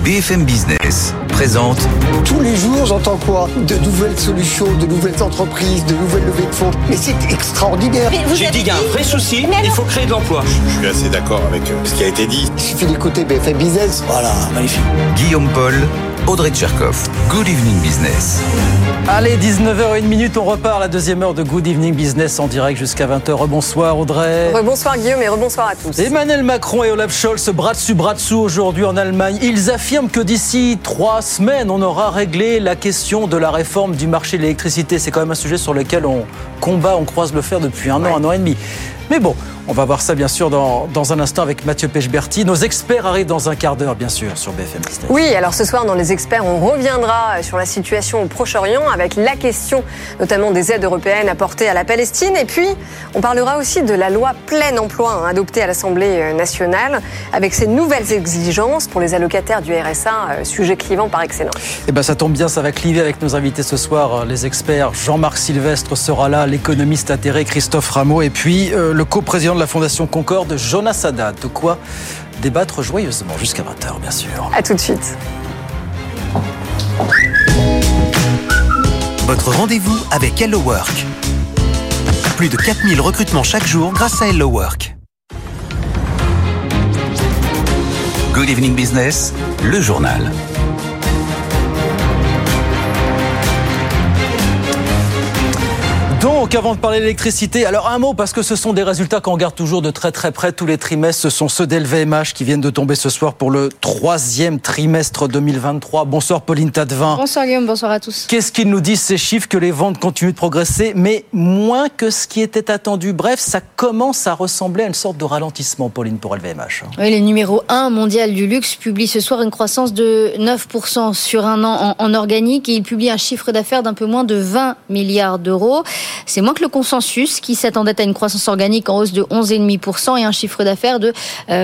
BFM Business présente. Tous les jours, j'entends quoi ? De nouvelles solutions, de nouvelles entreprises, de nouvelles levées de fonds. Mais c'est extraordinaire. J'ai dit qu'il y a un vrai souci, il faut créer de l'emploi. Je suis assez d'accord avec ce qui a été dit. Il suffit d'écouter BFM Business. Voilà, magnifique. Guillaume Paul, Audrey Tcherkov. Good Evening Business. Allez, 19h01, on repart la deuxième heure de Good Evening Business en direct jusqu'à 20h. Rebonsoir Audrey. Rebonsoir Guillaume et rebonsoir à tous. Emmanuel Macron et Olaf Scholz, bras dessus aujourd'hui en Allemagne. Ils affirment que d'ici 3 semaines, on aura réglé la question de la réforme du marché de l'électricité. C'est quand même un sujet sur lequel on combat, on croise le fer depuis un an et demi. Mais bon, on va voir ça bien sûr dans un instant avec Mathieu Pechberti. Nos experts arrivent dans un quart d'heure bien sûr sur BFM Business. Oui, alors ce soir dans les experts, on reviendra sur la situation au Proche-Orient avec la question notamment des aides européennes apportées à la Palestine. Et puis, on parlera aussi de la loi plein emploi adoptée à l'Assemblée nationale avec ses nouvelles exigences pour les allocataires du RSA, sujet clivant par excellence. Eh bien ça tombe bien, ça va cliver avec nos invités ce soir, les experts. Jean-Marc Sylvestre sera là, l'économiste atterré Christophe Rameau et puis le coprésident de la Fondation Concorde, Jonas Haddad. De quoi débattre joyeusement jusqu'à 20h, bien sûr. À tout de suite. Votre rendez-vous avec Hello Work. Plus de 4000 recrutements chaque jour grâce à Hello Work. Good Evening Business, le journal. Donc, avant de parler de l'électricité, alors un mot, parce que ce sont des résultats qu'on regarde toujours de très très près tous les trimestres. Ce sont ceux d'LVMH qui viennent de tomber ce soir pour le 3e trimestre 2023. Bonsoir Pauline Tadevin. Bonsoir Guillaume, bonsoir à tous. Qu'est-ce qu'ils nous disent ces chiffres? Que les ventes continuent de progresser, mais moins que ce qui était attendu. Bref, ça commence à ressembler à une sorte de ralentissement, Pauline, pour LVMH. Oui, le numéro 1 mondial du luxe publie ce soir une croissance de 9% sur un an en organique et il publie un chiffre d'affaires d'un peu moins de 20 milliards d'euros. C'est moins que le consensus qui s'attendait à une croissance organique en hausse de 11,5% et un chiffre d'affaires de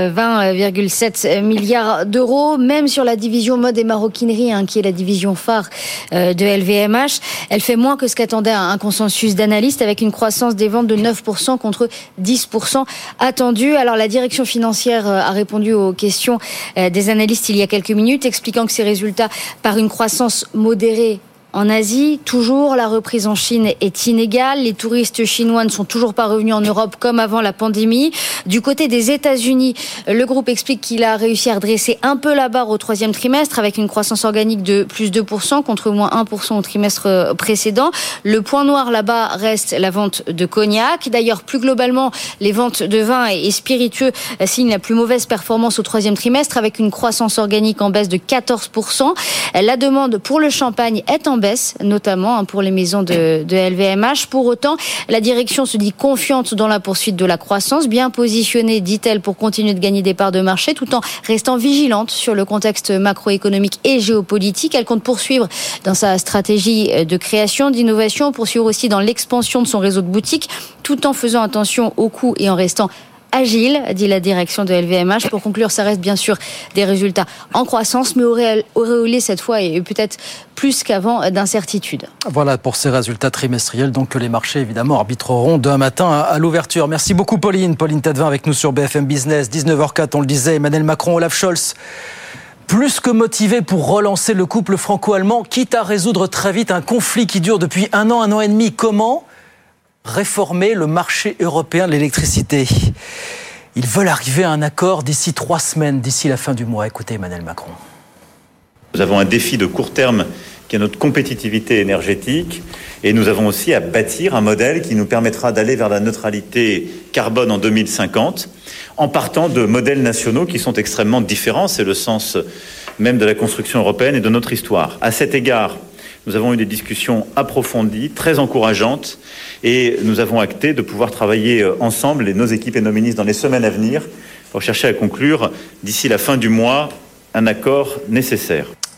20,7 milliards d'euros. Même sur la division mode et maroquinerie, qui est la division phare de LVMH, elle fait moins que ce qu'attendait un consensus d'analystes avec une croissance des ventes de 9% contre 10% attendu. Alors la direction financière a répondu aux questions des analystes il y a quelques minutes, expliquant que ces résultats par une croissance modérée en Asie, toujours, la reprise en Chine est inégale. Les touristes chinois ne sont toujours pas revenus en Europe comme avant la pandémie. Du côté des États-Unis, le groupe explique qu'il a réussi à redresser un peu la barre au 3e trimestre avec une croissance organique de plus 2% contre moins 1% au trimestre précédent. Le point noir là-bas reste la vente de cognac. D'ailleurs, plus globalement, les ventes de vins et spiritueux signent la plus mauvaise performance au 3e trimestre avec une croissance organique en baisse de 14%. La demande pour le champagne est en baisse, notamment pour les maisons de LVMH. Pour autant, la direction se dit confiante dans la poursuite de la croissance, bien positionnée, dit-elle, pour continuer de gagner des parts de marché, tout en restant vigilante sur le contexte macroéconomique et géopolitique. Elle compte poursuivre dans sa stratégie de création, d'innovation, poursuivre aussi dans l'expansion de son réseau de boutiques, tout en faisant attention aux coûts et en restant agile, dit la direction de LVMH. Pour conclure, ça reste bien sûr des résultats en croissance, mais auréolés cette fois et peut-être plus qu'avant d'incertitude. Voilà pour ces résultats trimestriels, donc que les marchés évidemment arbitreront demain matin à l'ouverture. Merci beaucoup Pauline. Pauline Tadevin avec nous sur BFM Business. 19h04, on le disait, Emmanuel Macron, Olaf Scholz. Plus que motivé pour relancer le couple franco-allemand, quitte à résoudre très vite un conflit qui dure depuis un an et demi. Comment réformer le marché européen de l'électricité? Ils veulent arriver à un accord d'ici 3 semaines, d'ici la fin du mois. Écoutez Emmanuel Macron. Nous avons un défi de court terme qui est notre compétitivité énergétique et nous avons aussi à bâtir un modèle qui nous permettra d'aller vers la neutralité carbone en 2050 en partant de modèles nationaux qui sont extrêmement différents. C'est le sens même de la construction européenne et de notre histoire. À cet égard, nous avons eu des discussions approfondies, très encourageantes, et nous avons acté de pouvoir travailler ensemble, et nos équipes et nos ministres, dans les semaines à venir, pour chercher à conclure, d'ici la fin du mois, un accord nécessaire.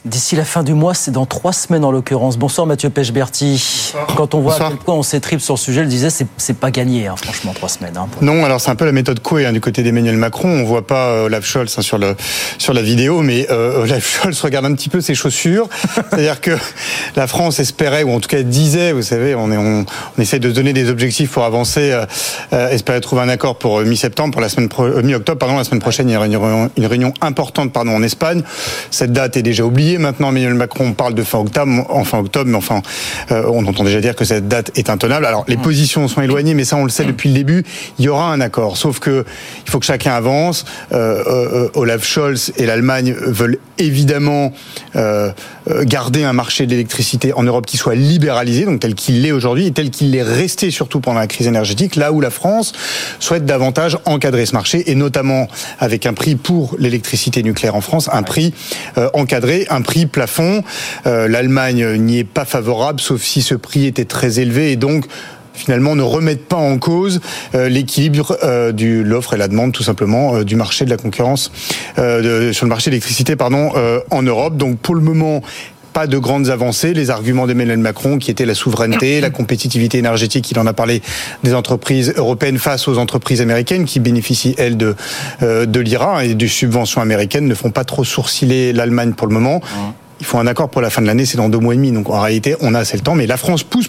D'ici la fin du mois, c'est dans 3 semaines en l'occurrence. Bonsoir Mathieu Pechberti. Quand on voit à quel point on s'étripe sur le sujet, je le disais, c'est pas gagné, franchement, 3 semaines. Non, alors c'est un peu la méthode Coué du côté d'Emmanuel Macron. On voit pas Olaf Scholz sur la vidéo, mais Olaf Scholz regarde un petit peu ses chaussures. C'est-à-dire que la France espérait, ou en tout cas disait, vous savez, on essaie de donner des objectifs pour avancer, espérer trouver un accord pour mi-octobre, la semaine prochaine, il y aura une réunion importante en Espagne. Cette date est déjà oubliée. Maintenant, Emmanuel Macron parle de fin octobre, mais on entend déjà dire que cette date est intenable. Alors, les positions sont éloignées, mais ça, on le sait depuis le début. Il y aura un accord. Sauf que il faut que chacun avance. Olaf Scholz et l'Allemagne veulent évidemment garder un marché de l'électricité en Europe qui soit libéralisé, donc tel qu'il l'est aujourd'hui et tel qu'il l'est resté surtout pendant la crise énergétique, là où la France souhaite davantage encadrer ce marché, et notamment avec un prix pour l'électricité nucléaire en France, un prix encadré, un prix plafond. L'Allemagne n'y est pas favorable, sauf si ce prix était très élevé, et donc finalement ne remettent pas en cause l'équilibre de l'offre et la demande, tout simplement, du marché de la concurrence sur le marché de l'électricité en Europe. Donc pour le moment, pas de grandes avancées. Les arguments d'Emmanuel Macron, qui étaient la souveraineté, la compétitivité énergétique, il en a parlé, des entreprises européennes face aux entreprises américaines qui bénéficient, elles, de l'IRA et des subventions américaines, ne font pas trop sourciller l'Allemagne pour le moment. Il faut un accord pour la fin de l'année, c'est dans 2 mois et demi. Donc en réalité, on a assez le temps. Mais la France pousse.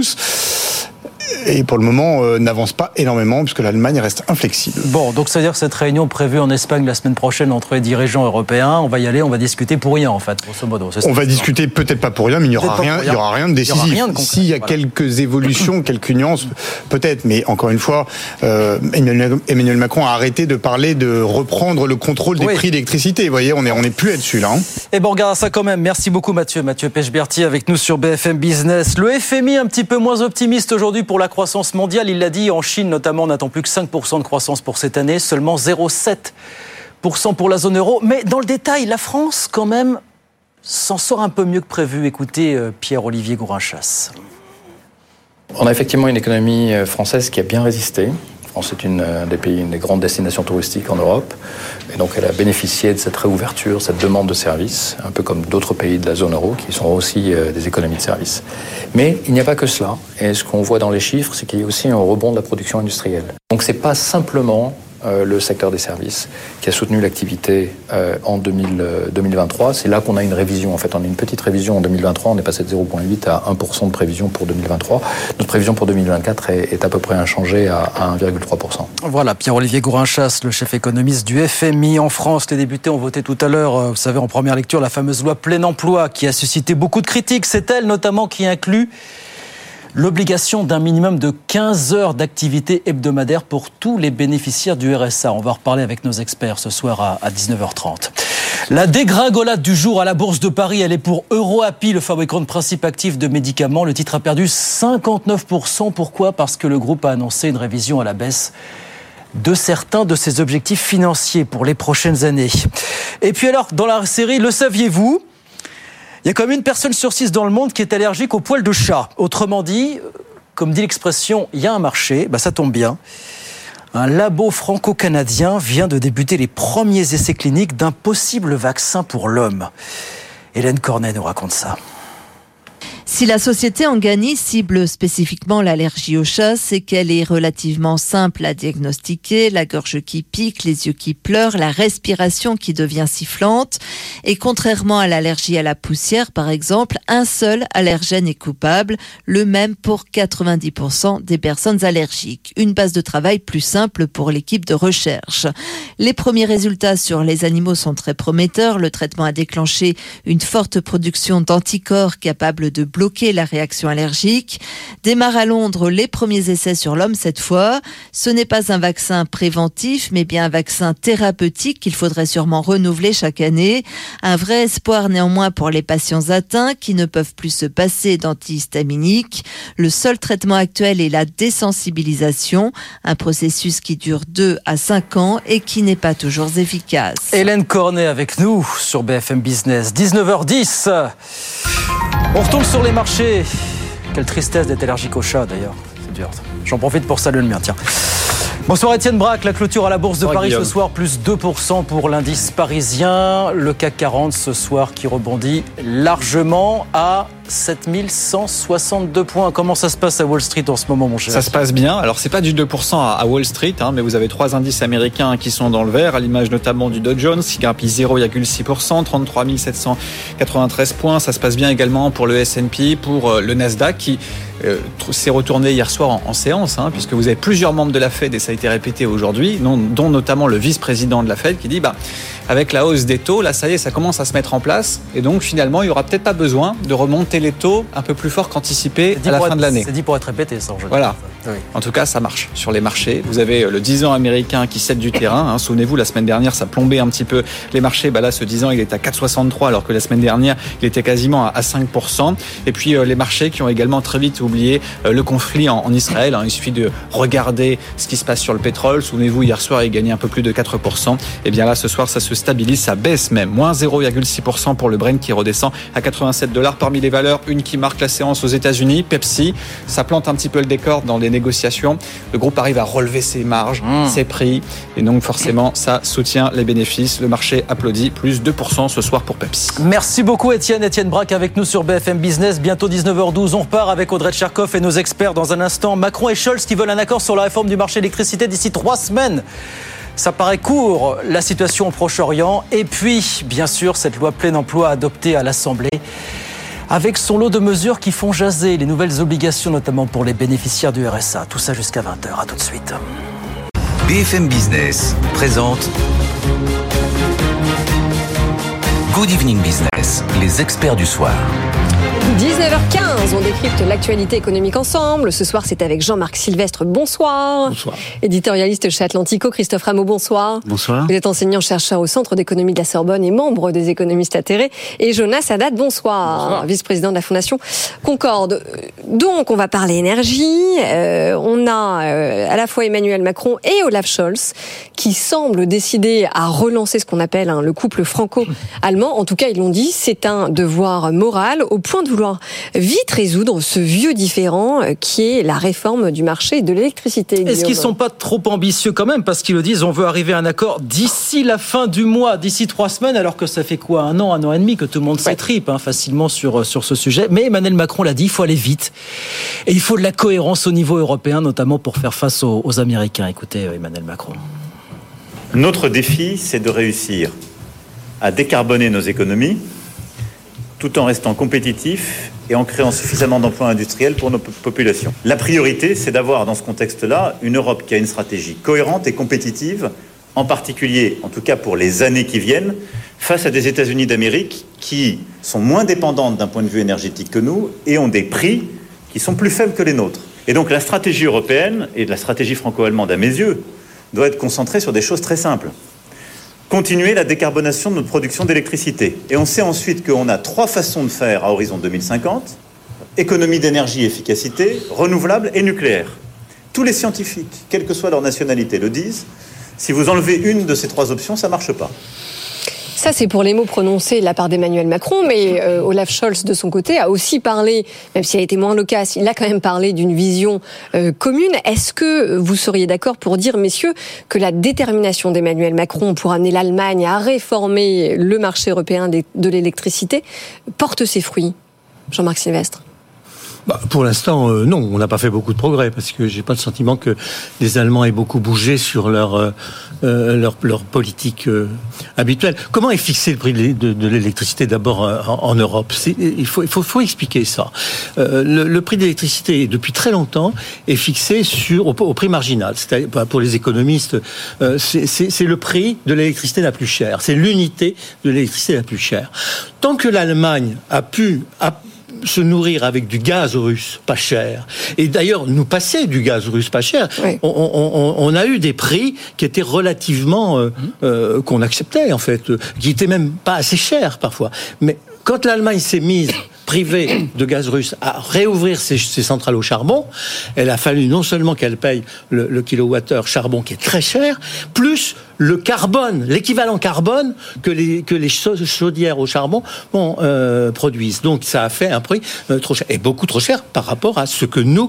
Et pour le moment, n'avance pas énormément, puisque l'Allemagne reste inflexible. Bon, donc ça veut dire que cette réunion prévue en Espagne la semaine prochaine entre les dirigeants européens, on va y aller, on va discuter pour rien, en fait, grosso modo. On va discuter peut-être pas pour rien, mais il n'y aura rien de décisif. S'il y a quelques évolutions, quelques nuances, peut-être. Mais encore une fois, Emmanuel Macron a arrêté de parler de reprendre le contrôle des prix d'électricité. Vous voyez, on est plus là-dessus, là. Et bon, on regarde ça quand même. Merci beaucoup, Mathieu Pechberti, avec nous sur BFM Business. Le FMI un petit peu moins optimiste aujourd'hui pour la croissance mondiale. Il l'a dit, en Chine notamment, on n'attend plus que 5% de croissance pour cette année, seulement 0,7% pour la zone euro. Mais dans le détail, la France, quand même, s'en sort un peu mieux que prévu. Écoutez Pierre-Olivier Gourin-Chasse. On a effectivement une économie française qui a bien résisté. La France est une des grandes destinations touristiques en Europe. Et donc elle a bénéficié de cette réouverture, cette demande de services, un peu comme d'autres pays de la zone euro qui sont aussi des économies de services. Mais il n'y a pas que cela. Et ce qu'on voit dans les chiffres, c'est qu'il y a aussi un rebond de la production industrielle. Donc c'est pas simplement le secteur des services qui a soutenu l'activité en 2023. C'est là qu'on a une révision. En fait, on a une petite révision en 2023. On est passé de 0,8 à 1% de prévision pour 2023. Notre prévision pour 2024 est à peu près inchangée à 1,3%. Voilà, Pierre-Olivier Gourin-Chasse, le chef économiste du FMI. En France, les députés ont voté tout à l'heure, vous savez, en première lecture, la fameuse loi plein emploi qui a suscité beaucoup de critiques. C'est elle, notamment, qui inclut l'obligation d'un minimum de 15 heures d'activité hebdomadaire pour tous les bénéficiaires du RSA. On va en reparler avec nos experts ce soir à 19h30. La dégringolade du jour à la Bourse de Paris, elle est pour EuroAPI, le fabricant de principes actifs de médicaments. Le titre a perdu 59%. Pourquoi ? Parce que le groupe a annoncé une révision à la baisse de certains de ses objectifs financiers pour les prochaines années. Et puis alors, dans la série, le saviez-vous ? Il y a quand même 1 personne sur 6 dans le monde qui est allergique aux poils de chat. Autrement dit, comme dit l'expression, il y a un marché, ça tombe bien. Un labo franco-canadien vient de débuter les premiers essais cliniques d'un possible vaccin pour l'homme. Hélène Cornet nous raconte ça. Si la société Angani cible spécifiquement l'allergie au chat, c'est qu'elle est relativement simple à diagnostiquer, la gorge qui pique, les yeux qui pleurent, la respiration qui devient sifflante. Et contrairement à l'allergie à la poussière, par exemple, un seul allergène est coupable, le même pour 90% des personnes allergiques. Une base de travail plus simple pour l'équipe de recherche. Les premiers résultats sur les animaux sont très prometteurs. Le traitement a déclenché une forte production d'anticorps capables de bloquer la réaction allergique. Démarrent à Londres les premiers essais sur l'homme cette fois. Ce n'est pas un vaccin préventif, mais bien un vaccin thérapeutique qu'il faudrait sûrement renouveler chaque année. Un vrai espoir néanmoins pour les patients atteints qui ne peuvent plus se passer d'antihistaminiques. Le seul traitement actuel est la désensibilisation, un processus qui dure 2 à 5 ans et qui n'est pas toujours efficace. Hélène Cornet avec nous sur BFM Business, 19h10. On retourne sur les marchés. Quelle tristesse d'être allergique au chat d'ailleurs, c'est dur. J'en profite pour saluer le mien, tiens. Bonsoir Étienne Braque, la clôture à la Bourse de Paris Guillaume. ce soir, plus 2% pour l'indice parisien. Le CAC 40 ce soir qui rebondit largement à 7162 points. Comment ça se passe à Wall Street en ce moment, mon cher? Ça se passe bien. Alors, c'est pas du 2% à Wall Street, mais vous avez 3 indices américains qui sont dans le vert, à l'image notamment du Dow Jones, qui grappille 0,6%, 33 793 points. Ça se passe bien également pour le S&P, pour le Nasdaq, qui s'est retourné hier soir en séance, puisque vous avez plusieurs membres de la Fed, et ça a été répété aujourd'hui, dont notamment le vice-président de la Fed, qui dit, avec la hausse des taux, là, ça y est, ça commence à se mettre en place, et donc finalement, il n'y aura peut-être pas besoin de remonter les taux un peu plus fort qu'anticipé à la fin de l'année. C'est dit pour être répété, ça, en général. Voilà. Oui. En tout cas, ça marche sur les marchés. Vous avez le 10 ans américain qui cède du terrain. Souvenez-vous, la semaine dernière, ça plombait un petit peu les marchés. Là, ce 10 ans, il est à 4,63, alors que la semaine dernière, il était quasiment à 5%. Et puis, les marchés qui ont également très vite oublié le conflit en Israël. Il suffit de regarder ce qui se passe sur le pétrole. Souvenez-vous, hier soir, il gagnait un peu plus de 4%. Et bien là, ce soir, ça se stabilise, ça baisse même. Moins 0,6% pour le Brent qui redescend à $87. Parmi les valeurs, une qui marque la séance aux États-Unis, Pepsi. Ça plante un petit peu le décor dans les négociations. Le groupe arrive à relever ses marges, ses prix. Et donc, forcément, ça soutient les bénéfices. Le marché applaudit. Plus 2% ce soir pour Pepsi. Merci beaucoup, Étienne. Étienne Braque avec nous sur BFM Business. Bientôt 19h12. On repart avec Audrey Tcherkov et nos experts dans un instant. Macron et Scholz qui veulent un accord sur la réforme du marché de l'électricité d'ici 3 semaines. Ça paraît court, la situation au Proche-Orient. Et puis, bien sûr, cette loi plein emploi adoptée à l'Assemblée, avec son lot de mesures qui font jaser, les nouvelles obligations notamment pour les bénéficiaires du RSA. Tout ça jusqu'à 20h. À tout de suite. BFM Business présente Good Evening Business, les experts du soir. 19h15, on décrypte l'actualité économique ensemble. Ce soir, c'est avec Jean-Marc Sylvestre. Bonsoir. Bonsoir. Éditorialiste chez Atlantico. Christophe Rameau, bonsoir. Bonsoir. Vous êtes enseignant-chercheur au Centre d'économie de la Sorbonne et membre des économistes atterrés. Et Jonas Haddad, bonsoir. Vice-président de la Fondation Concorde. Donc, on va parler énergie. On a à la fois Emmanuel Macron et Olaf Scholz qui semblent décider à relancer ce qu'on appelle le couple franco-allemand. En tout cas, ils l'ont dit, c'est un devoir moral au point de vouloir vite résoudre ce vieux différend qui est la réforme du marché de l'électricité. Est-ce qu'ils ne sont pas trop ambitieux quand même? Parce qu'ils le disent, on veut arriver à un accord d'ici la fin du mois, d'ici 3 semaines, alors que ça fait quoi, 1 an et demi que tout le monde s'étripe facilement sur ce sujet. Mais Emmanuel Macron l'a dit, il faut aller vite. Et il faut de la cohérence au niveau européen, notamment pour faire face aux Américains. Écoutez, Emmanuel Macron. Notre défi, c'est de réussir à décarboner nos économies tout en restant compétitifs et en créant suffisamment d'emplois industriels pour nos populations. La priorité, c'est d'avoir dans ce contexte-là une Europe qui a une stratégie cohérente et compétitive, en particulier, en tout cas pour les années qui viennent, face à des États-Unis d'Amérique qui sont moins dépendantes d'un point de vue énergétique que nous et ont des prix qui sont plus faibles que les nôtres. Et donc la stratégie européenne et la stratégie franco-allemande, à mes yeux, doit être concentrée sur des choses très simples. Continuer la décarbonation de notre production d'électricité. Et on sait ensuite qu'on a 3 façons de faire à horizon 2050. Économie d'énergie, efficacité, renouvelable et nucléaire. Tous les scientifiques, quelle que soit leur nationalité, le disent. Si vous enlevez une de ces 3 options, ça ne marche pas. Ça, c'est pour les mots prononcés de la part d'Emmanuel Macron, mais Olaf Scholz, de son côté, a aussi parlé, même s'il a été moins loquace, il a quand même parlé d'une vision commune. Est-ce que vous seriez d'accord pour dire, messieurs, que la détermination d'Emmanuel Macron pour amener l'Allemagne à réformer le marché européen de l'électricité porte ses fruits? Jean-Marc Sylvestre. Pour l'instant, non, on n'a pas fait beaucoup de progrès parce que j'ai pas le sentiment que les Allemands aient beaucoup bougé sur leur politique habituelle. Comment est fixé le prix de l'électricité d'abord en Europe? Il faut expliquer ça. Le prix de l'électricité depuis très longtemps est fixé au prix marginal. C'est-à-dire pour les économistes, c'est le prix de l'électricité la plus chère. C'est l'unité de l'électricité la plus chère. Tant que l'Allemagne a pu se nourrir avec du gaz russe pas cher, et d'ailleurs nous passer du gaz russe pas cher, oui. on a eu des prix qui étaient relativement qu'on acceptait en fait, qui étaient même pas assez chers parfois. Mais quand l'Allemagne s'est mise privée de gaz russe à réouvrir ses centrales au charbon, elle a fallu non seulement qu'elle paye le kilowattheure charbon qui est très cher, plus le carbone, l'équivalent carbone que les chaudières au charbon produisent. Donc ça a fait un prix trop cher, et beaucoup trop cher par rapport à ce que nous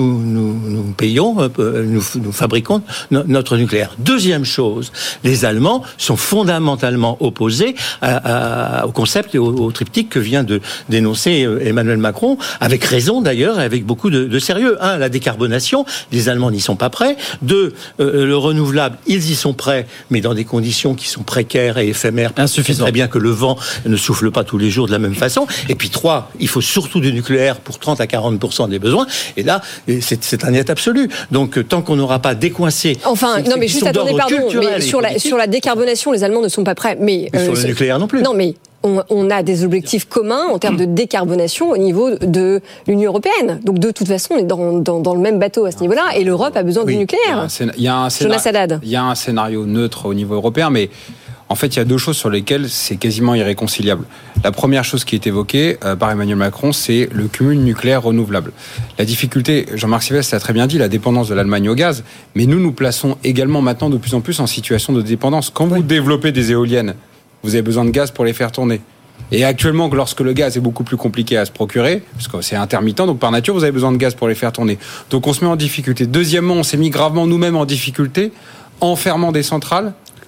payons, nous fabriquons notre nucléaire. Deuxième chose, les Allemands sont fondamentalement opposés au concept et au triptyque que vient de dénoncer Emmanuel Macron, avec raison d'ailleurs, et avec beaucoup de sérieux. Un, la décarbonation, les Allemands n'y sont pas prêts. Deux, le renouvelable, ils y sont prêts, mais dans des conditions qui sont précaires et éphémères. Insuffisant. C'est très bien que le vent ne souffle pas tous les jours de la même façon. Et puis trois, il faut surtout du nucléaire pour 30 à 40% des besoins. Et là, c'est un net absolu. Donc, tant qu'on n'aura pas décoincé... Enfin, non, mais juste attendez, pardon, mais sur la décarbonation, les Allemands ne sont pas prêts. Mais sur le nucléaire non plus. Non, mais... On a des objectifs communs en termes de décarbonation au niveau de l'Union européenne. Donc de toute façon, on est dans le même bateau à ce niveau-là. Et l'Europe a besoin du nucléaire. Jonas Haddad. Il y a un scénario neutre au niveau européen, mais en fait, il y a deux choses sur lesquelles c'est quasiment irréconciliable. La première chose qui est évoquée par Emmanuel Macron, c'est le cumul nucléaire renouvelable. La difficulté, Jean-Marc Sylvestre l'a très bien dit, la dépendance de l'Allemagne au gaz, mais nous plaçons également maintenant de plus en plus en situation de dépendance. Quand vous développez des éoliennes, vous avez besoin de gaz pour les faire tourner. Et actuellement, lorsque le gaz est beaucoup plus compliqué à se procurer, parce que c'est intermittent, donc par nature, vous avez besoin de gaz pour les faire tourner. Donc on se met en difficulté. Deuxièmement, on s'est mis gravement nous-mêmes en difficulté en fermant des centrales.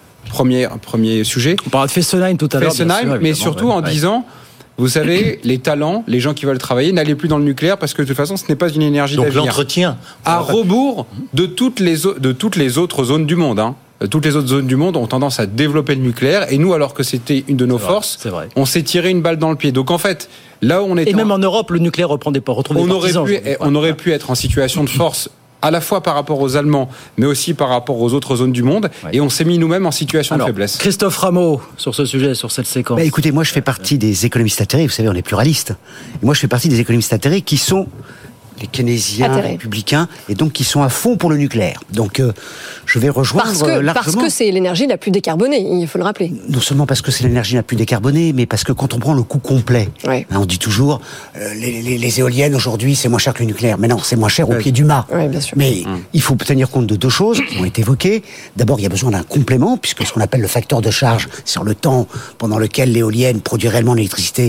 Premier sujet. On parlait de Fessenheim tout à l'heure. Fessenheim, mais surtout en disant... Vous savez, les talents, les gens qui veulent travailler, n'allaient plus dans le nucléaire parce que de toute façon, ce n'est pas une énergie d'avenir. Donc l'entretien. À rebours de toutes les autres zones du monde. Toutes les autres zones du monde ont tendance à développer le nucléaire. Et nous, alors que c'était une de nos forces, on s'est tiré une balle dans le pied. Donc en fait, là où on est... Et même en Europe, le nucléaire retrouve des partisans. On aurait pu être en situation de force à la fois par rapport aux Allemands, mais aussi par rapport aux autres zones du monde. Et on s'est mis nous-mêmes en situation de faiblesse. Christophe Rameau, sur ce sujet, sur cette séquence. Écoutez, moi je fais partie des économistes atterrés. Vous savez, on est pluraliste. Et moi je fais partie des économistes atterrés qui sont les keynésiens républicains, et donc qui sont à fond pour le nucléaire. Donc je vais rejoindre largement... Parce que c'est l'énergie la plus décarbonée, il faut le rappeler. Non seulement parce que c'est l'énergie la plus décarbonée, mais parce que quand on prend le coût complet, on dit toujours les éoliennes aujourd'hui c'est moins cher que le nucléaire. Mais non, c'est moins cher au pied du mât. Bien sûr. Mais il faut tenir compte de deux choses qui ont été évoquées. D'abord, il y a besoin d'un complément, puisque ce qu'on appelle le facteur de charge sur le temps pendant lequel l'éolienne produit réellement l'électricité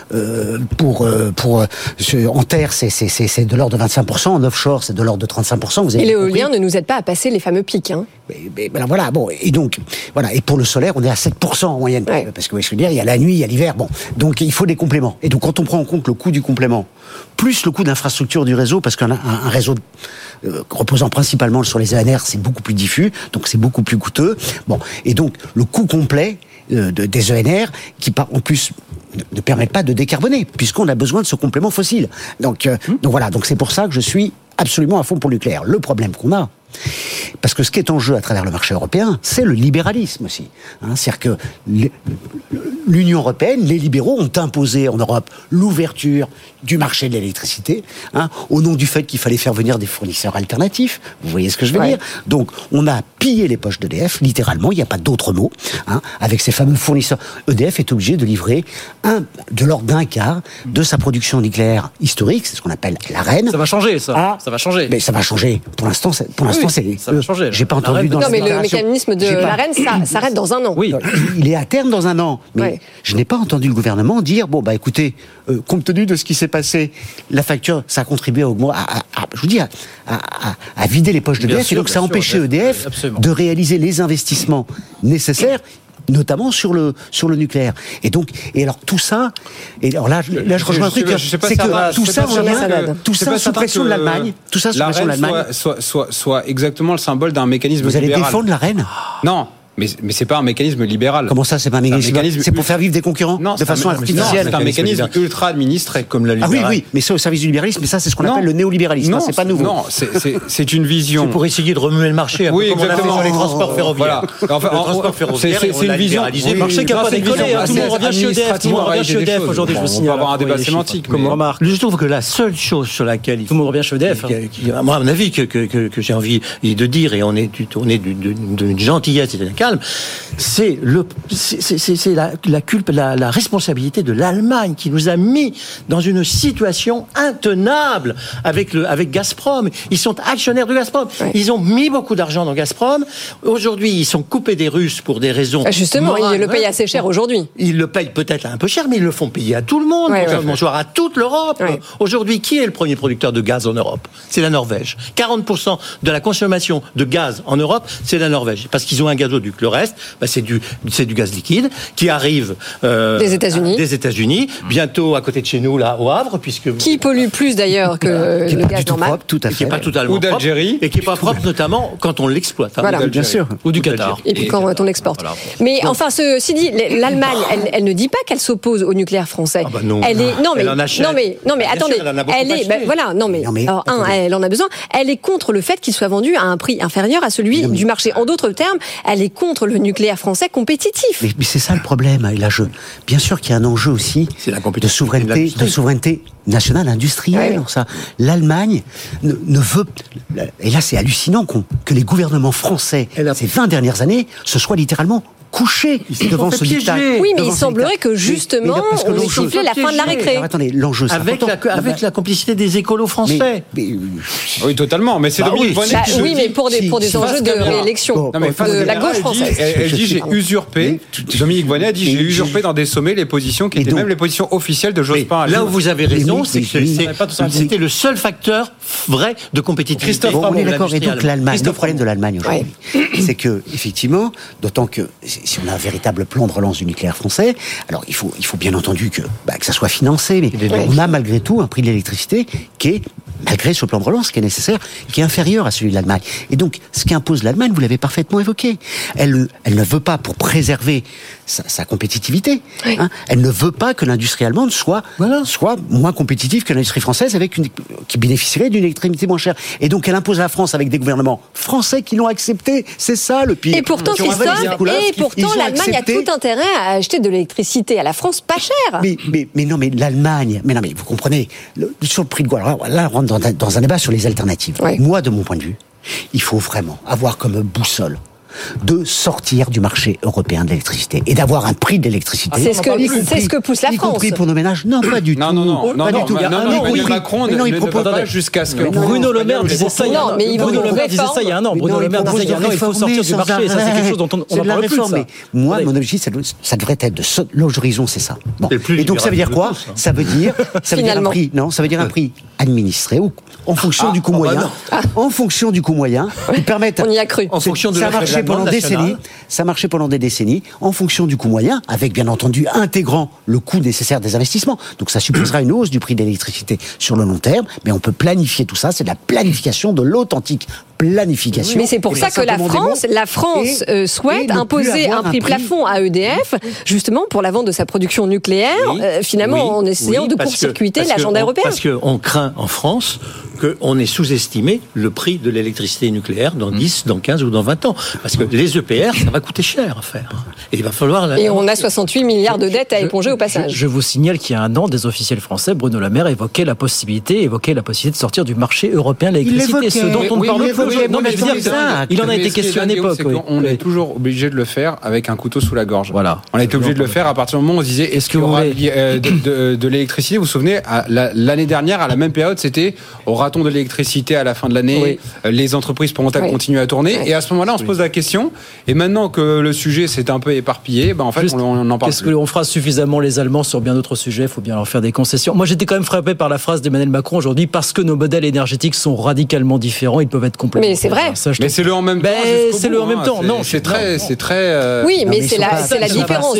en terre, c'est de l'ordre de 25%, en offshore, c'est de l'ordre de 35%. Vous avez et l'éolien ne nous aide pas à passer les fameux pics. Voilà, bon, et donc, voilà, et pour le solaire, on est à 7% en moyenne. Parce que, je veux dire, il y a la nuit, il y a l'hiver, bon. Donc, il faut des compléments. Et donc, quand on prend en compte le coût du complément, plus le coût d'infrastructure du réseau, parce qu'un réseau reposant principalement sur les ENR, c'est beaucoup plus diffus, donc c'est beaucoup plus coûteux. Bon, et donc, le coût complet des ENR, qui en plus ne permettent pas de décarboner, puisqu'on a besoin de ce complément fossile. Donc voilà, donc c'est pour ça que je suis absolument à fond pour le nucléaire. Le problème qu'on a, parce que ce qui est en jeu à travers le marché européen, c'est le libéralisme aussi. C'est-à-dire que l'Union européenne, les libéraux ont imposé en Europe l'ouverture du marché de l'électricité, au nom du fait qu'il fallait faire venir des fournisseurs alternatifs. Vous voyez ce que je veux dire ? Donc, on a pillé les poches d'EDF, littéralement, il n'y a pas d'autre mot, avec ces fameux fournisseurs. EDF est obligé de livrer de l'ordre d'un quart de sa production nucléaire historique, c'est ce qu'on appelle l'AREN. Ça va changer, ça. Ça va changer. Mais ça va changer. Pour l'instant, ça va changer. J'ai pas entendu dans non, mais le mécanisme de l'AREN, ça s'arrête dans un an. Oui, il est à terme dans un an. Mais je n'ai pas entendu le gouvernement dire écoutez, compte tenu de ce qui s'est passé, la facture, ça a contribué à augmenter, à vider les poches d'EDF, et donc ça a empêché EDF de réaliser les investissements nécessaires, notamment sur le nucléaire. Et alors tout ça, et alors là je rejoins un truc, c'est que tout ça sous pression de l'Allemagne, soit exactement le symbole d'un mécanisme libéral. Vous allez défendre l'AREN ? Non. Mais c'est pas un mécanisme libéral. Comment ça, c'est pas un mécanisme C'est pour faire vivre des concurrents de façon artificielle. C'est un mécanisme ultra administré, comme la libérale. Oui, mais c'est au service du libéralisme. Mais ça, c'est ce qu'on appelle le néolibéralisme. Non, c'est pas nouveau. Non, c'est une vision. C'est pour essayer de remuer le marché. Oui, exactement. Sur les transports ferroviaires. C'est une vision. Le marché qui n'a pas décollé. Tout le monde revient chez EDF. Aujourd'hui, je vous signale. On va avoir un débat sémantique. Je trouve que la seule chose sur laquelle tout le monde revient chez EDF. Moi, à mon avis, que j'ai envie de dire, et on est d'une gentillesse et d'un calme, calme. C'est la responsabilité de l'Allemagne qui nous a mis dans une situation intenable avec Gazprom. Ils sont actionnaires de Gazprom. Ouais. Ils ont mis beaucoup d'argent dans Gazprom. Aujourd'hui, ils sont coupés des Russes pour des raisons. Justement, morales. Ils le payent assez cher aujourd'hui. Ils le payent peut-être un peu cher, mais ils le font payer à tout le monde. Bonjour à toute l'Europe. Ouais. Aujourd'hui, qui est le premier producteur de gaz en Europe ? C'est la Norvège. 40% de la consommation de gaz en Europe, c'est la Norvège. Parce qu'ils ont un gazoduc. Le reste, c'est du gaz liquide qui arrive des États-Unis. Bientôt à côté de chez nous, là, au Havre, puisque qui pollue plus d'ailleurs que le gaz normal, propre, tout à fait. Qui n'est pas totalement ou d'Algérie propre, et qui n'est pas propre notamment quand on l'exploite. Voilà, bien sûr. Ou du Qatar. Et puis quand on l'exporte. Voilà. Mais enfin, ceci dit, l'Allemagne, elle ne dit pas qu'elle s'oppose au nucléaire français. Ah bah non. Elle est elle en achète. non mais attendez, sûr, elle en a besoin. Elle est contre le fait qu'il soit vendu à un prix inférieur à celui du marché. En d'autres termes, elle est contre le nucléaire français compétitif. Mais c'est ça le problème. Et là, bien sûr qu'il y a un enjeu aussi de souveraineté nationale industrielle. Ouais. Ça, l'Allemagne ne veut. Et là, c'est hallucinant que les gouvernements français ces 20 dernières années se soient littéralement couchés devant ce dictat. Oui, mais il semblerait que justement, on ait sifflé la fin de la récré. Alors, attendez, l'enjeu, c'est avec la complicité des écolos français. Oui, totalement. Mais c'est Dominique Voynet qui oui, mais pour des enjeux de réélection de la gauche française. Elle dit j'ai usurpé. Dominique Voynet a dit j'ai usurpé dans des sommets les positions qui étaient même les positions officielles de Jospin. Là où vous avez raison, c'est que c'était le seul facteur vrai de compétitivité. On est d'accord. Et donc l'Allemagne, le problème de l'Allemagne aujourd'hui, c'est que effectivement, d'autant que si on a un véritable plan de relance du nucléaire français, alors il faut bien entendu que ça soit financé, mais on a malgré tout un prix de l'électricité qui est, malgré ce plan de relance qui est nécessaire, qui est inférieur à celui de l'Allemagne. Et donc, ce qu'impose l'Allemagne, vous l'avez parfaitement évoqué, elle ne veut pas, pour préserver sa compétitivité, elle ne veut pas que l'industrie allemande soit moins compétitive que l'industrie française qui bénéficierait d'une électricité moins chère. Et donc, elle impose à la France avec des gouvernements français qui l'ont accepté. C'est ça le pire. Et pourtant, l'Allemagne a tout intérêt à acheter de l'électricité à la France pas cher. Mais l'Allemagne, vous comprenez, sur le prix de quoi, là, on rentre dans un débat sur les alternatives. Ouais. Moi, de mon point de vue, il faut vraiment avoir comme boussole de sortir du marché européen de l'électricité et d'avoir un prix de l'électricité. C'est ce que pousse la France. Y compris pour nos ménages. Non, pas du tout. Non, Macron ne propose pas jusqu'à ce que Bruno Le Maire disait ça il y a un an. Bruno Le Maire disait ça il y a un an. Bruno Le Maire disait il y a un an, il faut sortir du marché. Et ça, c'est quelque chose dont on n'en parle plus. Mais moi, mon objectif, ça devrait être l'horizon, c'est ça. Bon. Et donc, ça veut dire quoi ? Ça veut dire un prix. Non, ça veut dire un prix administré en fonction du coût moyen. En fonction du coût moyen, qui permettent. On y a cru. En fonction de ça marchait pendant des décennies, en fonction du coût moyen, avec bien entendu intégrant le coût nécessaire des investissements. Donc ça supposera une hausse du prix de l'électricité sur le long terme, mais on peut planifier tout ça, c'est de la planification, de l'authentique planification. Mais c'est pour ça que la France souhaite imposer un prix plafond à EDF, justement pour la vente de sa production nucléaire, finalement en essayant de court-circuiter l'agenda européen. Parce qu'on craint en France qu'on ait sous-estimé le prix de l'électricité nucléaire dans 10, dans 15 ou dans 20 ans. Parce que les EPR, ça va coûter cher à faire. Et il va falloir... Et on a 68 milliards de dettes à éponger au passage. Je vous signale qu'il y a un an, des officiels français, Bruno Le Maire évoquait la possibilité de sortir du marché européen de l'électricité. Ce dont on ne parle plus. Non, mais je veux dire, il en a été question à une époque. On est toujours obligé de le faire avec un couteau sous la gorge. Voilà. On a été obligé de le faire à partir du moment où on se disait est-ce qu'il y aura de l'électricité. Vous vous souvenez, l'année dernière, à la même période, c'était aura-t-on de l'électricité à la fin de l'année, les entreprises pourront-elles continuer à tourner, et à ce moment-là on se pose la question, et maintenant que le sujet s'est un peu éparpillé, en fait on en parle. Qu'est-ce qu'on fera suffisamment les Allemands sur bien d'autres sujets? Il faut bien leur faire des concessions. Moi j'étais quand même frappé par la phrase d'Emmanuel Macron aujourd'hui, parce que nos modèles énergétiques sont radicalement différents, ils peuvent être complémentaires. Mais c'est vrai. Mais c'est le en même temps. C'est le en même temps. Non, c'est très. Oui, mais c'est la différence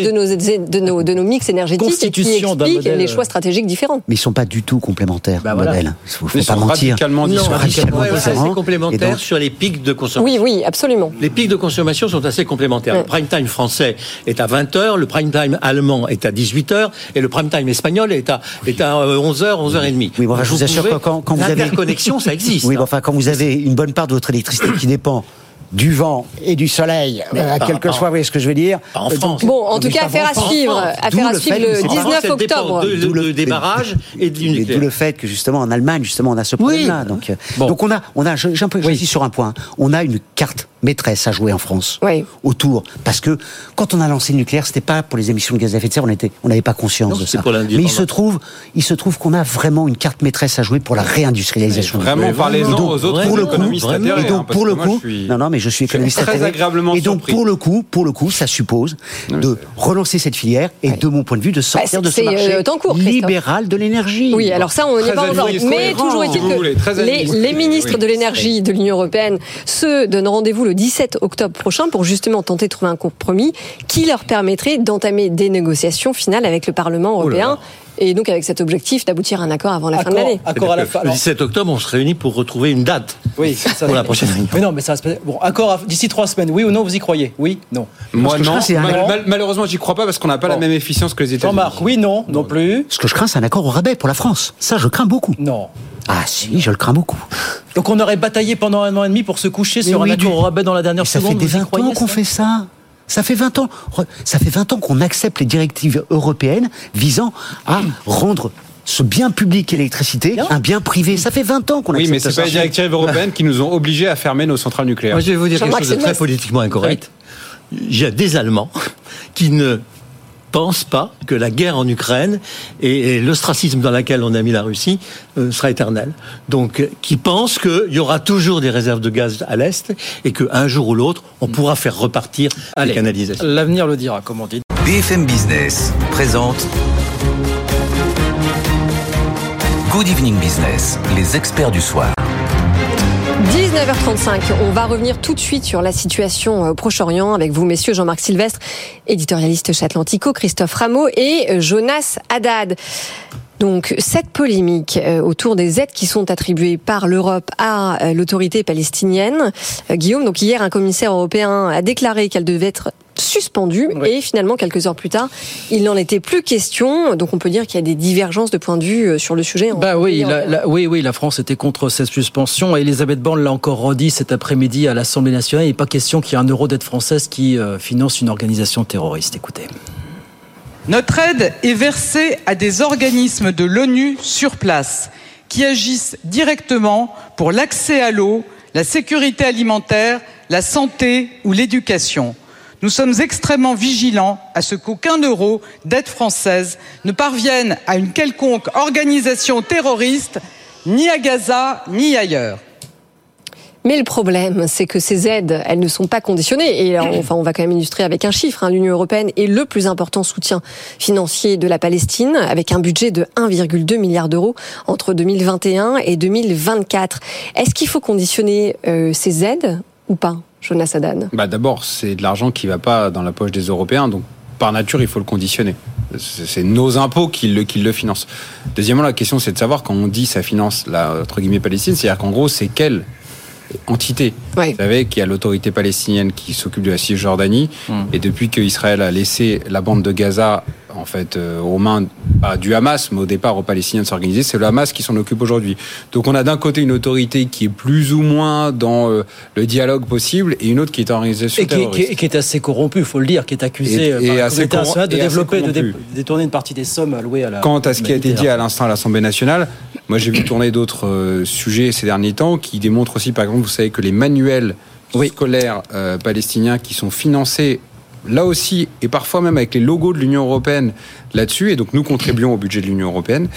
de nos mix énergétiques qui explique les choix stratégiques différents. Mais ils sont pas du tout complémentaires, les modèles. Il faut pas mentir. Ils sont radicalement assez complémentaires sur les pics de consommation. Oui, absolument. Les pics de consommation sont assez complémentaires. Le prime time français est à 20h, le prime time allemand est à 18h, et le prime time espagnol est à 11h, 11h30. Oui, je vous assure que quand vous avez... L'interconnexion, ça existe. Oui, quand vous avez une bonne part de votre électricité qui dépend du vent et du soleil, quel que soit, vous voyez ce que je veux dire. En France. Bon, en tout cas, affaire à suivre le 19 octobre. Des barrages et du nucléaire. D'où le fait que, justement, en Allemagne, on a ce problème-là. Donc on a, j'insiste sur un point, on a une carte maîtresse à jouer en France oui. autour, parce que quand on a lancé le nucléaire, c'était pas pour les émissions de gaz à effet de serre, on n'avait pas conscience de ça. Mais il se trouve qu'on a vraiment une carte maîtresse à jouer pour la réindustrialisation. Vraiment, parlez-en aux autres économistes atterrés. Et donc pour le coup, non mais je suis économiste très agréablement et donc surpris. pour le coup, ça suppose de relancer cette filière et de mon point de vue de sortir de ce marché libéral de l'énergie. Oui, alors ça on n'y est pas encore. Mais toujours est-il que les ministres de l'énergie de l'Union européenne se donnent rendez-vous le 17 octobre prochain pour justement tenter de trouver un compromis qui leur permettrait d'entamer des négociations finales avec le Parlement européen. Et donc avec cet objectif d'aboutir à un accord avant la fin de l'année. Le 17 octobre, on se réunit pour retrouver une date pour la prochaine réunion. Mais non, mais ça va se passer. Bon, accord d'ici 3 semaines, oui ou non, vous y croyez? Oui, non. Moi non. Malheureusement, j'y crois pas parce qu'on n'a pas la même efficience que les États-Unis. Jean-Marc, oui, non, non plus. Ce que je crains, c'est un accord au rabais pour la France. Ça, je crains beaucoup. Non. Ah si, je le crains beaucoup. Donc on aurait bataillé pendant 1 an et demi pour se coucher sur un accord au rabais dans la dernière seconde. Ça fait 20 ans qu'on fait ça. Ça fait 20 ans. Ça fait 20 ans qu'on accepte les directives européennes visant à rendre ce bien public électricité un bien privé. Ça fait 20 ans qu'on accepte ça. Oui, mais c'est pas les directives européennes qui nous ont obligés à fermer nos centrales nucléaires. Moi, je vais vous dire quelque chose de très politiquement incorrect. Il y a des Allemands qui ne pensent pas que la guerre en Ukraine et l'ostracisme dans lequel on a mis la Russie sera éternel. Donc, qui pensent qu'il y aura toujours des réserves de gaz à l'Est et qu'un jour ou l'autre, on pourra faire repartir les canalisations. L'avenir le dira, comme on dit. BFM Business présente Good Evening Business, les experts du soir. 19h35, on va revenir tout de suite sur la situation au Proche-Orient avec vous, messieurs, Jean-Marc Sylvestre, éditorialiste chez Atlantico, Christophe Rameau et Jonas Haddad. Donc, cette polémique autour des aides qui sont attribuées par l'Europe à l'autorité palestinienne. Guillaume, donc hier, un commissaire européen a déclaré qu'elle devait être suspendue et finalement, quelques heures plus tard, il n'en était plus question. Donc, on peut dire qu'il y a des divergences de point de vue sur le sujet. Oui, la France était contre cette suspension. Et Elisabeth Borne l'a encore redit cet après-midi à l'Assemblée nationale. Il n'est pas question qu'il y ait 1 euro d'aide française qui finance une organisation terroriste. Écoutez. Notre aide est versée à des organismes de l'ONU sur place qui agissent directement pour l'accès à l'eau, la sécurité alimentaire, la santé ou l'éducation. Nous sommes extrêmement vigilants à ce qu'aucun euro d'aide française ne parvienne à une quelconque organisation terroriste, ni à Gaza, ni ailleurs. Mais le problème, c'est que ces aides, elles ne sont pas conditionnées. Et on va quand même illustrer avec un chiffre. L'Union européenne est le plus important soutien financier de la Palestine, avec un budget de 1,2 milliard d'euros entre 2021 et 2024. Est-ce qu'il faut conditionner ces aides ou pas, Jonas Haddad ? D'abord, c'est de l'argent qui ne va pas dans la poche des Européens, donc par nature, il faut le conditionner. C'est nos impôts qui le financent. Deuxièmement, la question, c'est de savoir, quand on dit ça finance la, entre guillemets, Palestine, c'est-à-dire qu'en gros, c'est quelle entité. Vous savez qu'il y a l'autorité palestinienne qui s'occupe de la Cisjordanie, et depuis qu'Israël a laissé la bande de Gaza en fait aux mains du Hamas, mais au départ aux Palestiniens de s'organiser, c'est le Hamas qui s'en occupe aujourd'hui. Donc on a d'un côté une autorité qui est plus ou moins dans le dialogue possible, et une autre qui est en organisation terroriste. Et qui est assez corrompue, il faut le dire, qui est accusée par le Comité international de détourner une partie des sommes allouées à la... Quant à ce qui a été dit à l'instant à l'Assemblée nationale, moi j'ai vu tourner d'autres sujets ces derniers temps qui démontrent aussi, par exemple, vous savez que les manuels scolaires palestiniens qui sont financés là aussi, et parfois même avec les logos de l'Union européenne là-dessus, et donc nous contribuons au budget de l'Union européenne,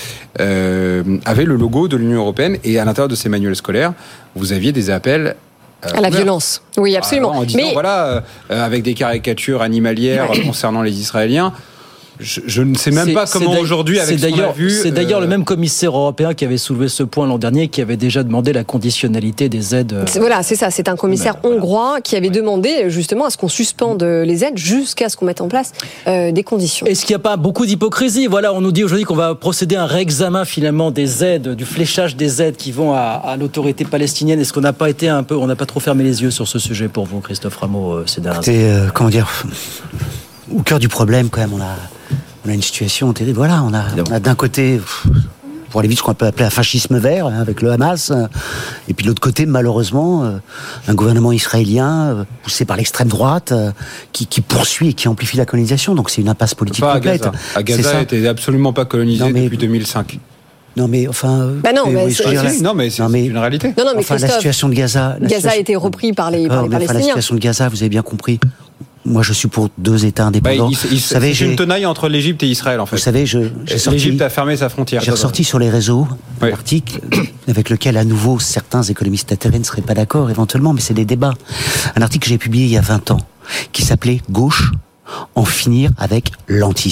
avait le logo de l'Union européenne, et à l'intérieur de ces manuels scolaires, vous aviez des appels à la violence. Oui, absolument. En disant, avec des caricatures animalières concernant les Israéliens. Je ne sais même pas comment aujourd'hui, avec ce qu'on a vu... C'est d'ailleurs le même commissaire européen qui avait soulevé ce point l'an dernier, qui avait déjà demandé la conditionnalité des aides. Voilà, c'est ça. C'est un commissaire hongrois qui avait demandé justement à ce qu'on suspende les aides jusqu'à ce qu'on mette en place des conditions. Est-ce qu'il n'y a pas beaucoup d'hypocrisie ? Voilà, on nous dit aujourd'hui qu'on va procéder à un réexamen finalement des aides, du fléchage des aides qui vont à l'autorité palestinienne. Est-ce qu'on n'a pas été on n'a pas trop fermé les yeux sur ce sujet pour vous, Christophe Rameau, ces dernières années ? Comment dire, au cœur du problème, quand même, on a une situation terrible. Voilà, on a d'un côté, pour aller vite, ce qu'on peut appeler un fascisme vert, avec le Hamas, et puis de l'autre côté, malheureusement, un gouvernement israélien poussé par l'extrême droite, qui poursuit et qui amplifie la colonisation. Donc c'est une impasse politique complète. À Gaza n'était absolument pas colonisé depuis 2005. Non, mais enfin. c'est une réalité. Non, mais enfin, la situation de Gaza. Gaza a été repris par les Palestiniens. La situation de Gaza, vous avez bien compris. Moi, je suis pour 2 États indépendants. Vous savez, c'est une tenaille entre l'Égypte et Israël, en fait. Vous savez, l'Égypte a fermé sa frontière. J'ai ressorti sur les réseaux un article avec lequel, à nouveau, certains économistes atterrés ne seraient pas d'accord, éventuellement, mais c'est des débats. Un article que j'ai publié il y a 20 ans, qui s'appelait « Gauche, en finir avec l'antisionisme ».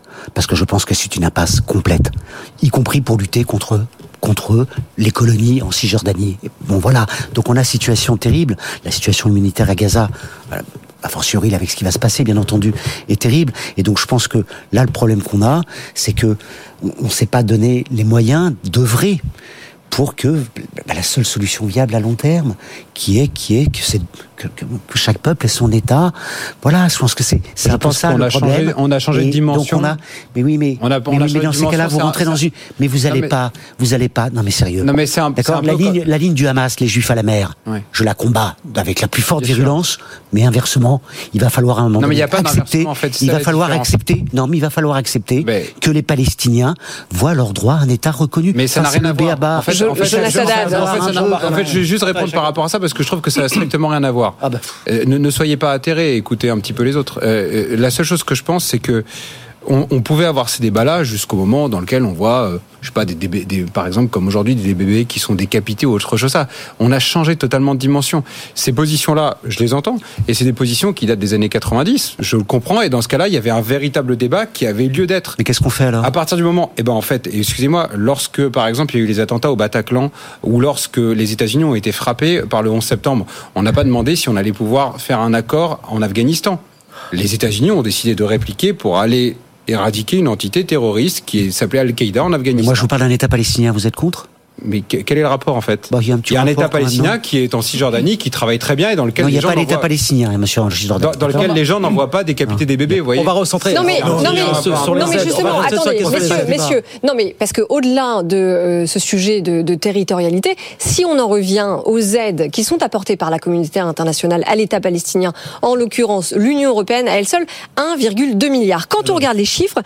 Parce que je pense que c'est une impasse complète, y compris pour lutter contre les colonies en Cisjordanie. Bon, voilà. Donc on a une situation terrible. La situation humanitaire à Gaza, a fortiori avec ce qui va se passer, bien entendu, est terrible. Et donc je pense que là, le problème qu'on a, c'est que on ne s'est pas donné les moyens d'œuvrer pour que la seule solution viable à long terme, qui est que chaque peuple ait son État. Voilà, je pense que c'est un peu ça le problème. On a changé de dimension. Mais dans ces cas-là, vous rentrez dans une. Mais vous allez pas. Non, mais sérieux. Non, mais c'est un. D'accord. La ligne du Hamas, les Juifs à la mer. Ouais. Je la combats avec la plus forte virulence. Mais inversement, il va falloir à un moment donné accepter. En fait, il va falloir accepter. Non, mais il va falloir accepter que les Palestiniens voient leur droit à un État reconnu. Mais ça n'a rien à voir. En fait, je vais juste répondre par rapport à ça parce que je trouve que ça n'a strictement rien à voir. Ne soyez pas atterrés, écoutez un petit peu les autres. La seule chose que je pense, c'est que on pouvait avoir ces débats-là jusqu'au moment dans lequel on voit, je sais pas, par exemple, comme aujourd'hui, des bébés qui sont décapités ou autre chose. On a changé totalement de dimension. Ces positions-là, je les entends, et c'est des positions qui datent des années 90. Je le comprends, et dans ce cas-là, il y avait un véritable débat qui avait lieu d'être. Mais qu'est-ce qu'on fait alors ? À partir du moment, en fait, excusez-moi, lorsque, par exemple, il y a eu les attentats au Bataclan, ou lorsque les États-Unis ont été frappés par le 11 septembre, on n'a pas demandé si on allait pouvoir faire un accord en Afghanistan. Les États-Unis ont décidé de répliquer pour aller éradiquer une entité terroriste qui s'appelait Al-Qaïda en Afghanistan. Moi, je vous parle d'un État palestinien, vous êtes contre ? Mais quel est le rapport en fait ? Il y a un État palestinien qui est en Cisjordanie, qui travaille très bien et dans lequel les gens. Il n'y a pas l'État palestinien, monsieur en Cisjordanie. Dans lequel les gens n'envoient pas décapiter des bébés, vous voyez. On va recentrer. Non mais justement, attendez, messieurs, non mais parce que au-delà de ce sujet de territorialité, si on en revient aux aides qui sont apportées par la communauté internationale à l'État palestinien, en l'occurrence l'Union européenne à elle seule, 1,2 milliard. Quand on regarde les chiffres,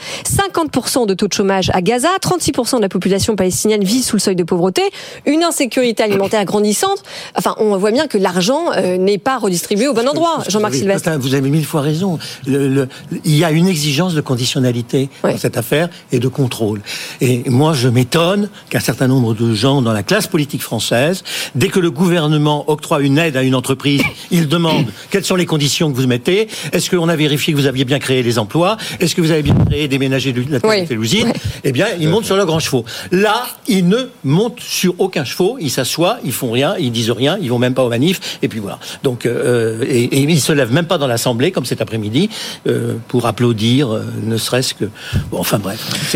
50% de taux de chômage à Gaza, 36% de la population palestinienne vit sous le seuil de pauvreté. Une insécurité alimentaire grandissante. Enfin, on voit bien que l'argent n'est pas redistribué au bon endroit. Jean-Marc Sylvestre. Vous avez 1000 fois raison. Il y a une exigence de conditionnalité dans cette affaire et de contrôle. Et moi, je m'étonne qu'un certain nombre de gens dans la classe politique française, dès que le gouvernement octroie une aide à une entreprise, ils demandent quelles sont les conditions que vous mettez. Est-ce qu'on a vérifié que vous aviez bien créé les emplois ? Est-ce que vous avez bien créé déménagé la terre de l'usine ? Eh bien, ils montent sur leur grand chevaux. Là, ils ne montent sur aucun chevaux, ils s'assoient, ils font rien, ils disent rien, ils vont même pas aux manifs, et puis voilà. Donc, et ils se lèvent même pas dans l'Assemblée, comme cet après-midi, pour applaudir, ne serait-ce que... Bon, enfin bref.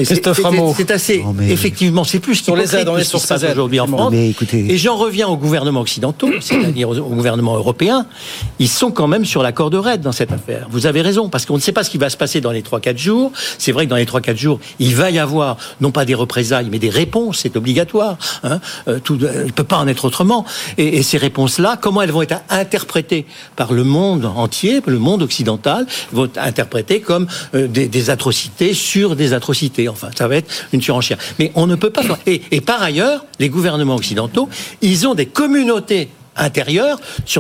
C'est assez... Effectivement, c'est plus sur les aides, on est sur ces aides aujourd'hui en France. Et j'en reviens aux gouvernements occidentaux, c'est-à-dire au gouvernement européen, ils sont quand même sur la corde raide dans cette affaire. Vous avez raison, parce qu'on ne sait pas ce qui va se passer dans les 3-4 jours. C'est vrai que dans les 3-4 jours, il va y avoir, non pas des représailles, mais des réponses, c'est obligatoire. Il ne peut pas en être autrement. Et ces réponses-là, comment elles vont être interprétées par le monde entier, le monde occidental, vont être interprétées comme des atrocités sur des atrocités. Enfin, ça va être une surenchère. Mais on ne peut pas... Et par ailleurs, les gouvernements occidentaux, ils ont des communautés intérieures sur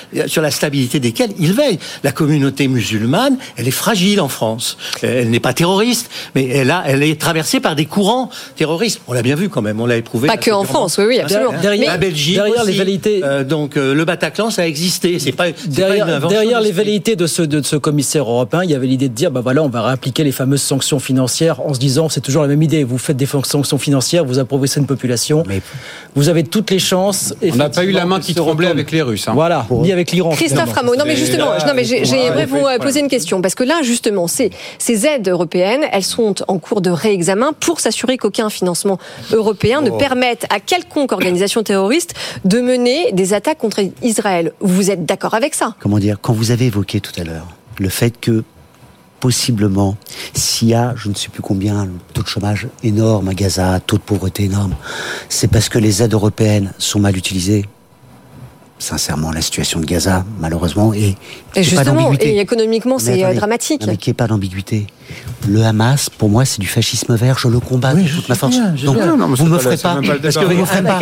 la stabilité desquelles ils veillent. La communauté musulmane, elle est fragile en France. Elle n'est pas terroriste, mais elle est traversée par des courants terroristes. On l'a bien vu quand même, on l'a éprouvé. Pas que en France, oui, absolument. La Belgique derrière aussi, les velléités, donc le Bataclan, ça a existé. Derrière les velléités de ce commissaire européen, il y avait l'idée de dire, on va réappliquer les fameuses sanctions financières en se disant, c'est toujours la même idée. Vous faites des sanctions financières, vous appauvrissez une population. Mais vous avez toutes les chances. On n'a pas eu la main qui tremblait avec les Russes. Voilà, ni avec l'Iran. Christophe Rameau, j'aimerais vous poser une question, parce que là, justement, ces aides européennes, elles sont en cours de réexamen pour s'assurer qu'aucun financement européen ne permette à quelconque organisation terroriste de mener des attaques contre Israël. Vous êtes d'accord avec ça ? Comment dire ? Quand vous avez évoqué tout à l'heure le fait que possiblement, s'il y a, je ne sais plus combien, le taux de chômage énorme à Gaza, taux de pauvreté énorme, c'est parce que les aides européennes sont mal utilisées. Sincèrement, la situation de Gaza, malheureusement, et justement, et économiquement, c'est dramatique. Mais qu'il n'y ait pas d'ambiguïté. Le Hamas, pour moi, c'est du fascisme vert. Je le combats de toute ma force. Donc, vous me ferez pas, parce que vous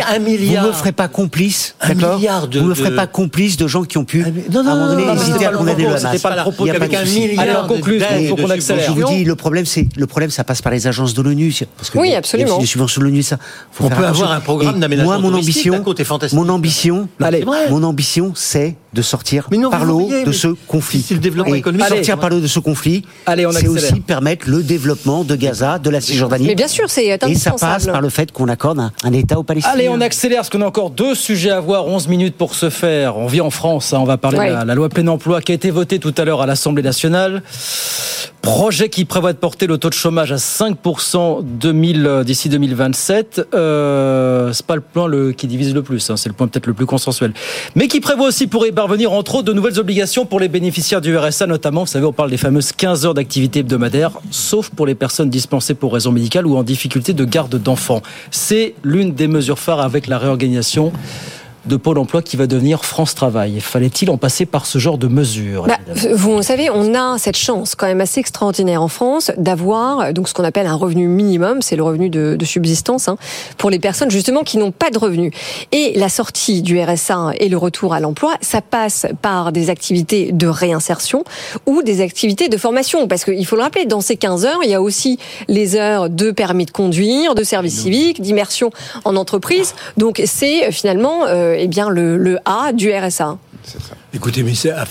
me ferez pas complice, d'accord? Vous me ferez pas complice de gens qui ont pu, à un moment donné, hésiter à condamner le Hamas. C'était pas le propos qu'avec un milliard. Allez, en conclusion, il faut qu'on accélère. Je vous dis, le problème, ça passe par les agences de l'ONU. Parce que oui, absolument. Il y a des subventions de l'ONU, ça. On peut avoir un programme d'aménagement touristique. Mon ambition, c'est de sortir par le haut de ce conflit. C'est le développement économique. Sortir par le haut de ce conflit, c'est aussi permettre le développement de Gaza, de la Cisjordanie. Mais bien sûr, c'est indispensable. Et ça passe par le fait qu'on accorde un État aux Palestiniens. Allez, on accélère, parce qu'on a encore 2 sujets à voir, 11 minutes pour ce faire. On vit en France, on va parler de la loi plein emploi qui a été votée tout à l'heure à l'Assemblée nationale. Projet qui prévoit de porter le taux de chômage à 5% d'ici 2027. C'est pas le point qui divise le plus, c'est le point peut-être le plus consensuel. Mais qui prévoit aussi pour y parvenir, entre autres, de nouvelles obligations pour les bénéficiaires du RSA, notamment, vous savez, on parle des fameuses 15 heures d'activité hebdomadaire, sauf pour les personnes dispensées pour raison médicale ou en difficulté de garde d'enfants. C'est l'une des mesures phares avec la réorganisation de Pôle emploi qui va devenir France Travail. Fallait-il en passer par ce genre de mesures? Vous savez, on a cette chance quand même assez extraordinaire en France d'avoir donc ce qu'on appelle un revenu minimum, c'est le revenu de subsistance pour les personnes justement qui n'ont pas de revenus. Et la sortie du RSA et le retour à l'emploi, ça passe par des activités de réinsertion ou des activités de formation. Parce qu'il faut le rappeler, dans ces 15 heures, il y a aussi les heures de permis de conduire, de service civique, d'immersion en entreprise. Donc c'est finalement le A du RSA. C'est ça. Écoutez, mais ça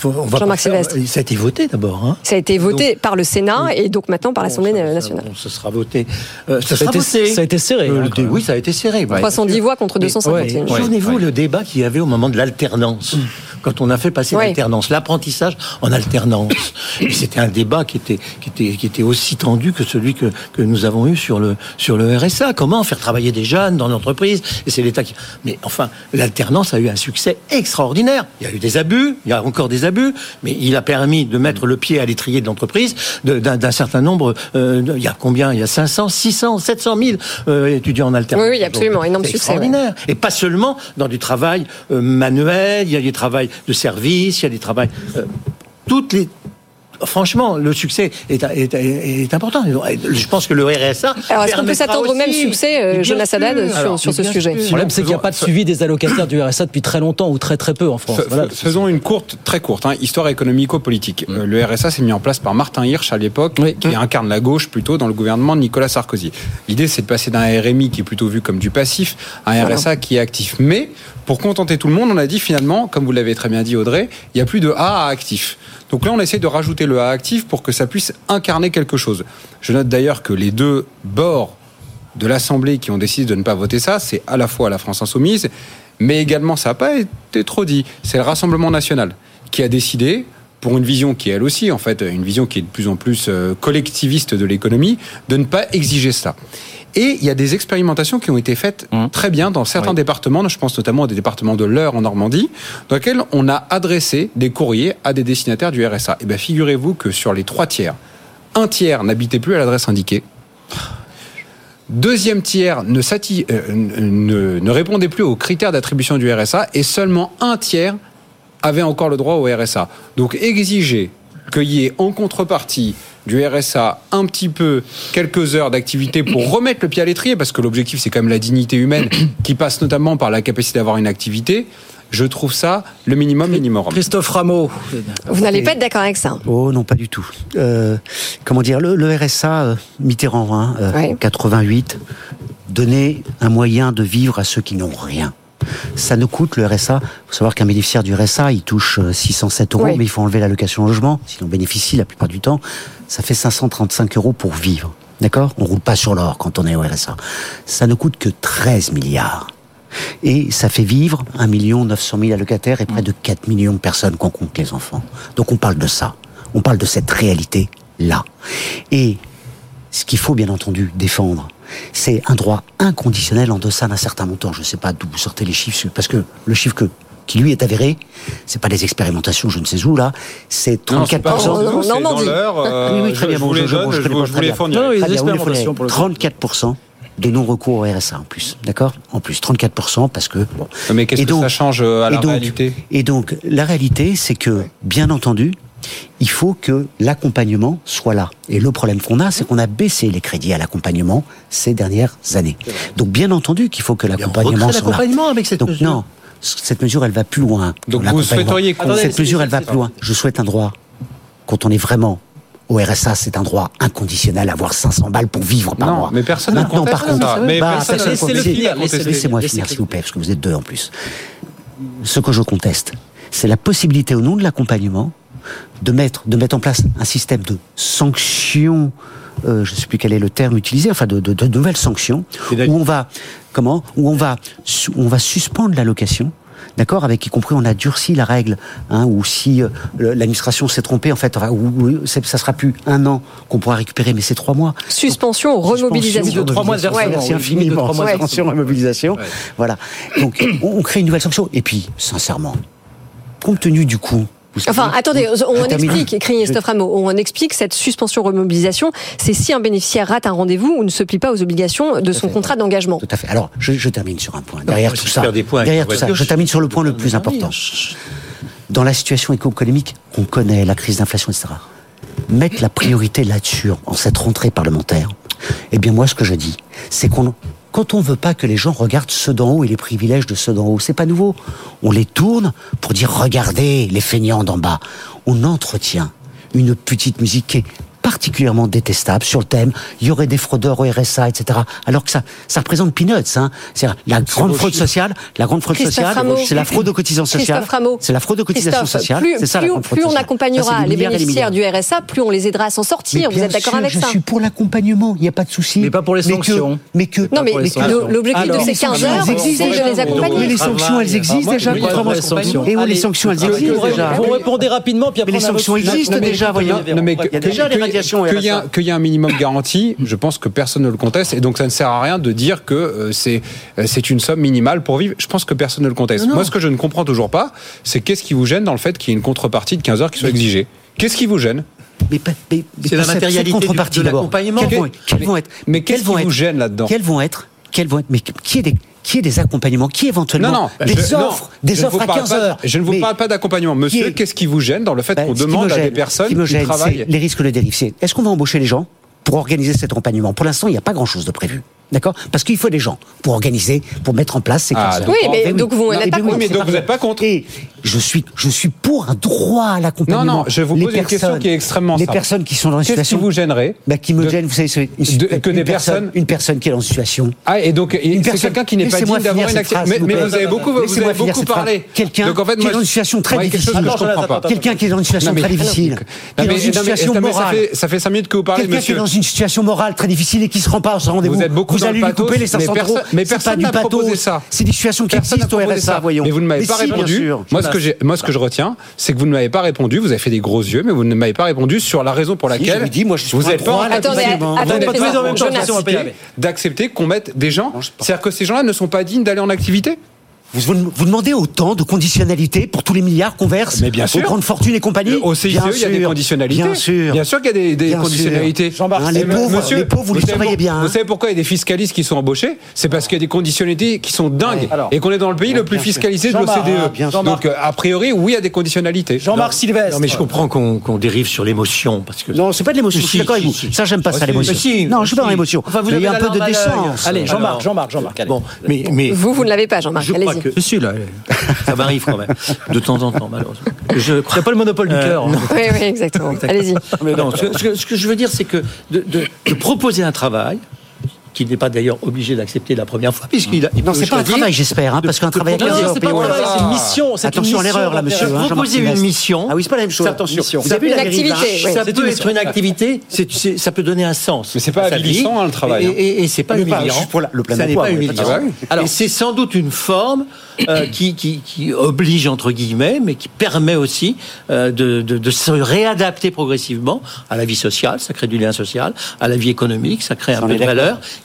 a été voté d'abord. Ça a été voté par le Sénat et donc maintenant par l'Assemblée nationale. Ça sera voté. Ça a été serré. Oui, ça a été serré. 310 voix contre 251. Souvenez-vous le débat qu'il y avait au moment de l'alternance. Quand on a fait passer l'alternance, l'apprentissage en alternance. Et c'était un débat qui était aussi tendu que celui que nous avons eu sur le RSA. Comment faire travailler des jeunes dans l'entreprise? Et c'est l'État qui... Mais enfin, l'alternance a eu un succès extraordinaire. Il y a eu des abus, il y a encore des abus, mais il a permis de mettre le pied à l'étrier de l'entreprise d'un certain nombre. Il y a combien? Il y a 500, 600, 700 000 étudiants en alternance. Oui, absolument, énorme succès. Extraordinaire. Et pas seulement dans du travail manuel, il y a des travails de service, il y a des travails... Franchement, le succès est important. Je pense que le RSA... Alors, est-ce qu'on peut s'attendre au même succès, Jonas Haddad, sur ce sujet? Le problème, c'est qu'il n'y a pas de suivi des allocataires du RSA depuis très longtemps, ou très très peu en France. Faisons une très courte, histoire économico-politique. Le RSA s'est mis en place par Martin Hirsch à l'époque, qui incarne la gauche plutôt dans le gouvernement de Nicolas Sarkozy. L'idée, c'est de passer d'un RMI qui est plutôt vu comme du passif à un RSA qui est actif. Mais, pour contenter tout le monde, on a dit finalement, comme vous l'avez très bien dit Audrey, il n'y a plus de A à actif. Donc là, on essaie de rajouter le A actif pour que ça puisse incarner quelque chose. Je note d'ailleurs que les 2 bords de l'Assemblée qui ont décidé de ne pas voter ça, c'est à la fois la France Insoumise, mais également, ça n'a pas été trop dit, c'est le Rassemblement National qui a décidé, pour une vision qui est elle aussi, en fait, une vision qui est de plus en plus collectiviste de l'économie, de ne pas exiger ça. Et il y a des expérimentations qui ont été faites très bien dans certains départements, je pense notamment à des départements de l'Eure en Normandie, dans lesquels on a adressé des courriers à des destinataires du RSA. Et bien figurez-vous que sur les 3 tiers, 1 tiers n'habitait plus à l'adresse indiquée, 2e tiers ne répondait plus aux critères d'attribution du RSA, et seulement 1 tiers avait encore le droit au RSA. Donc exiger qu'il y ait en contrepartie du RSA un petit peu quelques heures d'activité pour remettre le pied à l'étrier, parce que l'objectif c'est quand même la dignité humaine qui passe notamment par la capacité d'avoir une activité, je trouve ça le minimum. Christophe Rameau. Vous n'allez pas être d'accord avec ça? Oh non, pas du tout. Comment dire, le RSA, Mitterrand, 88, donnait un moyen de vivre à ceux qui n'ont rien. Ça nous coûte, le RSA. Il faut savoir qu'un bénéficiaire du RSA, il touche 607 €, mais il faut enlever l'allocation logement, s'il en bénéficie la plupart du temps. Ça fait 535 € pour vivre. D'accord? On roule pas sur l'or quand on est au RSA. Ça ne coûte que 13 milliards. Et ça fait vivre 1 900 000 allocataires et près de 4 millions de personnes qu'on compte les enfants. Donc on parle de ça. On parle de cette réalité-là. Et ce qu'il faut bien entendu défendre, c'est un droit inconditionnel en deçà d'un certain montant. Je ne sais pas d'où vous sortez les chiffres, parce que le chiffre qui lui est avéré, c'est pas des expérimentations, je ne sais où là, c'est 34%. Non, c'est dans l'heure. Oui, très bien. Je vous les fournir. 34% de non-recours au RSA en plus, d'accord? En plus, 34% parce que... Mais qu'est-ce que ça change à la réalité? Et donc, la réalité, c'est que, bien entendu, il faut que l'accompagnement soit là. Et le problème qu'on a, c'est qu'on a baissé les crédits à l'accompagnement ces dernières années. Donc bien entendu qu'il faut que l'accompagnement soit là. L'accompagnement avec cette mesure. Non, cette mesure, elle va plus loin. Donc vous souhaiteriez qu'on... Cette mesure, elle va plus loin. Je souhaite un droit, quand on est vraiment au RSA, c'est un droit inconditionnel, avoir 500 balles pour vivre par mois. Mais personne ne Maintenant, par contre, laissez-moi finir, s'il vous plaît, parce que vous êtes deux en plus. Ce que je conteste, c'est la possibilité, au nom de l'accompagnement, de mettre en place un système de sanctions, je ne sais plus quel est le terme utilisé, enfin de nouvelles sanctions, où on va suspendre l'allocation. D'accord, avec y compris on a durci la règle, où si l'administration s'est trompée, en fait, ça sera plus 1 an qu'on pourra récupérer, mais c'est 3 mois. Suspension, remobilisation. 3 mois de versement. Merci infiniment. Suspension, remobilisation. Voilà. Donc on crée une nouvelle sanction. Et puis, sincèrement, compte tenu du coût. Enfin, attendez, on explique, Christophe Rameau, on explique cette suspension-remobilisation, c'est si un bénéficiaire rate un rendez-vous ou ne se plie pas aux obligations de son contrat d'engagement. Tout à fait. Alors, je termine sur un point. Derrière tout ça, je termine sur le point le plus important. Dans la situation économique qu'on connaît, la crise d'inflation, etc., mettre la priorité là-dessus, en cette rentrée parlementaire, eh bien moi, ce que je dis, c'est quand on veut pas que les gens regardent ceux d'en haut et les privilèges de ceux d'en haut, c'est pas nouveau. On les tourne pour dire regardez les feignants d'en bas. On entretient une petite musique qui est particulièrement détestable sur le thème il y aurait des fraudeurs au RSA, etc. Alors que ça représente peanuts. C'est la grande fraude sociale. La grande fraude sociale, c'est la fraude aux cotisations sociales. C'est la fraude aux cotisations sociales. C'est ça la grande fraude sociale. Plus on accompagnera les bénéficiaires du RSA, plus on les aidera à s'en sortir. Vous êtes d'accord avec ça? Je suis pour l'accompagnement. Il n'y a pas de souci. Mais pas pour les sanctions. Non, mais l'objectif de ces 15 heures, c'est de les accompagner. Mais les sanctions, elles existent déjà. Et où les sanctions, elles existent déjà. Vous répondez rapidement, puis après. Mais les sanctions existent déjà, voyons. Il y a déjà les qu'il y a un minimum garanti, je pense que personne ne le conteste, et donc ça ne sert à rien de dire que c'est une somme minimale pour vivre. Je pense que personne ne le conteste. Moi, ce que je ne comprends toujours pas, c'est qu'est-ce qui vous gêne dans le fait qu'il y ait une contrepartie de 15 heures qui soit exigée? Qu'est-ce qui vous gêne? C'est la matérialité de l'accompagnement. Mais qu'est-ce qui vous gêne là-dedans? Mais qui est des accompagnements, qui éventuellement des offres à 15 heures. Je ne vous parle pas d'accompagnement. Monsieur, qu'est-ce qui vous gêne dans le fait qu'on demande à des personnes qui travaillent? Les risques de dérive. Est-ce qu'on va embaucher les gens pour organiser cet accompagnement? Pour l'instant, il n'y a pas grand-chose de prévu. D'accord? Parce qu'il faut des gens pour organiser, pour mettre en place ces 15 heures. Oui, mais donc vous n'êtes pas contre. Mais donc vous n'êtes pas contre. Et je suis pour un droit à l'accompagnement. Non, je vous pose une question qui est extrêmement simple. Les personnes qui sont dans une situation. Qu'est-ce qui vous gênerait? Qui me gêne, vous savez, une personne qui est dans une situation. Et donc c'est quelqu'un qui n'est pas digne d'avoir une activité. Mais vous avez beaucoup parlé. Quelqu'un qui est dans une situation très difficile. Quelqu'un qui est dans une situation très difficile. Qui est dans une situation morale. Ça fait 5 minutes que vous parlez, monsieur. Quelqu'un qui est dans une situation morale très difficile et qui se rend pas à son rendez-vous. Vous allez lui couper les 500 euros. Mais personne n'a proposé ça. C'est des situations qui existent au RSA, voyons. Mais vous ne m'avez pas répondu. Moi, ce que je retiens, c'est que vous ne m'avez pas répondu. Vous avez fait des gros yeux, mais vous ne m'avez pas répondu sur la raison pour laquelle vous n'êtes pas d'accepter qu'on mette des gens. C'est-à-dire que ces gens-là ne sont pas dignes d'aller en activité. Vous demandez autant de conditionnalités pour tous les milliards qu'on verse aux grandes fortunes et compagnie? Au CICE, il y a des conditionnalités. Bien sûr qu'il y a des conditionnalités. Les pauvres, vous les surveillez bien. Vous savez pourquoi il y a des fiscalistes qui sont embauchés? C'est parce qu'il y a des conditionnalités qui sont dingues et qu'on est dans le pays le plus fiscalisé de l'OCDE. Donc, a priori, oui, il y a des conditionnalités. Jean-Marc Sylvestre. Non, mais je comprends qu'on dérive sur l'émotion. Non, c'est pas de l'émotion. Je suis d'accord avec vous. Ça, j'aime pas ça, l'émotion. Non, je suis pas dans l'émotion. Il y a un peu de décence. Allez, Jean-Marc. Bon, mais vous ne l'avez pas, Jean-Marc. Allez-y. Je suis là. Ça m'arrive quand même, de temps en temps, malheureusement. C'est pas le monopole du cœur. Oui, exactement. Allez-y. Mais non, ce que je veux dire, c'est que de proposer un travail qu'il n'est pas d'ailleurs obligé d'accepter la première fois, puisqu'il a... Non, c'est pas un travail, j'espère, parce qu'un travail à 15 heures... c'est pas un travail, c'est une mission. Attention à l'erreur, là, monsieur. Proposer une mission... Ah oui, c'est pas la même chose. Attention. Vous avez une activité. Ça peut être une activité, ça peut donner un sens. Mais c'est pas humiliant, le travail. Et c'est pas humiliant. Ça n'est pas humiliant. Et c'est sans doute une forme qui oblige, entre guillemets, mais qui permet aussi de se réadapter progressivement à la vie sociale, ça crée du lien social, à la vie économique, ça crée un peu de valeur.